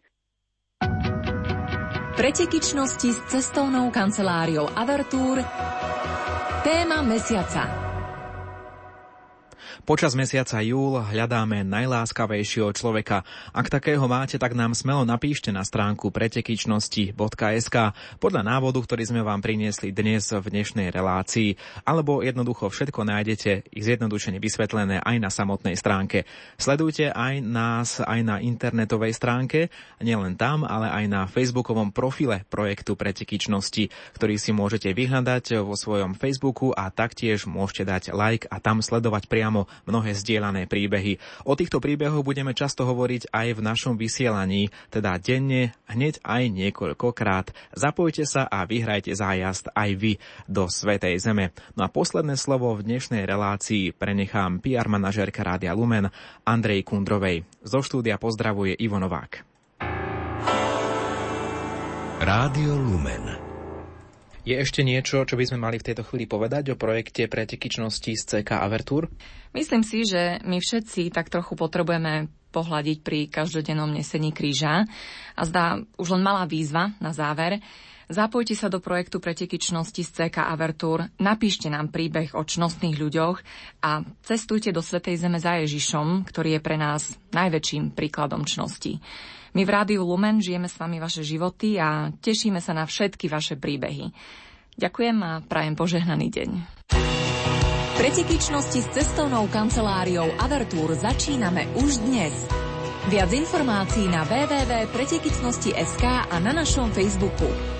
Pretekyčnosti s cestovnou kanceláriou Avertúr. Téma mesiaca. Počas mesiaca júl hľadáme najláskavejšieho človeka. Ak takého máte, tak nám smelo napíšte na stránku pretekyčnosti bodka es ká podľa návodu, ktorý sme vám priniesli dnes v dnešnej relácii. Alebo jednoducho všetko nájdete zjednodušene vysvetlené aj na samotnej stránke. Sledujte aj nás aj na internetovej stránke, nielen tam, ale aj na facebookovom profile projektu Pretekyčnosti, ktorý si môžete vyhľadať vo svojom Facebooku a taktiež môžete dať like a tam sledovať priamo mnohé zdieľané príbehy. O týchto príbehoch budeme často hovoriť aj v našom vysielaní, teda denne, hneď aj niekoľkokrát. Zapojte sa a vyhrajte zájazd aj vy do Svätej Zeme. No a posledné slovo v dnešnej relácii prenechám pé er manažérka Rádia Lumen Andrej Kundrovej. Zo štúdia pozdravuje Ivo Novák. Rádio Lumen. Je ešte niečo, čo by sme mali v tejto chvíli povedať o projekte Pretekyčnosti z cé ká Avertúr? Myslím si, že my všetci tak trochu potrebujeme pohľadiť pri každodennom nesení kríža. A zdá už len malá výzva na záver. Zapojte sa do projektu Pretekyčnosti z cé ká Avertúr, napíšte nám príbeh o čnostných ľuďoch a cestujte do Svätej Zeme za Ježišom, ktorý je pre nás najväčším príkladom čnosti. My v Rádiu Lumen žijeme s vami vaše životy a tešíme sa na všetky vaše príbehy. Ďakujem a prajem požehnaný deň. Pretekyčnosti s cestovnou kanceláriou Avertúr začíname už dnes. Viac informácií na w w w bodka pretekyčnosti bodka es ká a na našom Facebooku.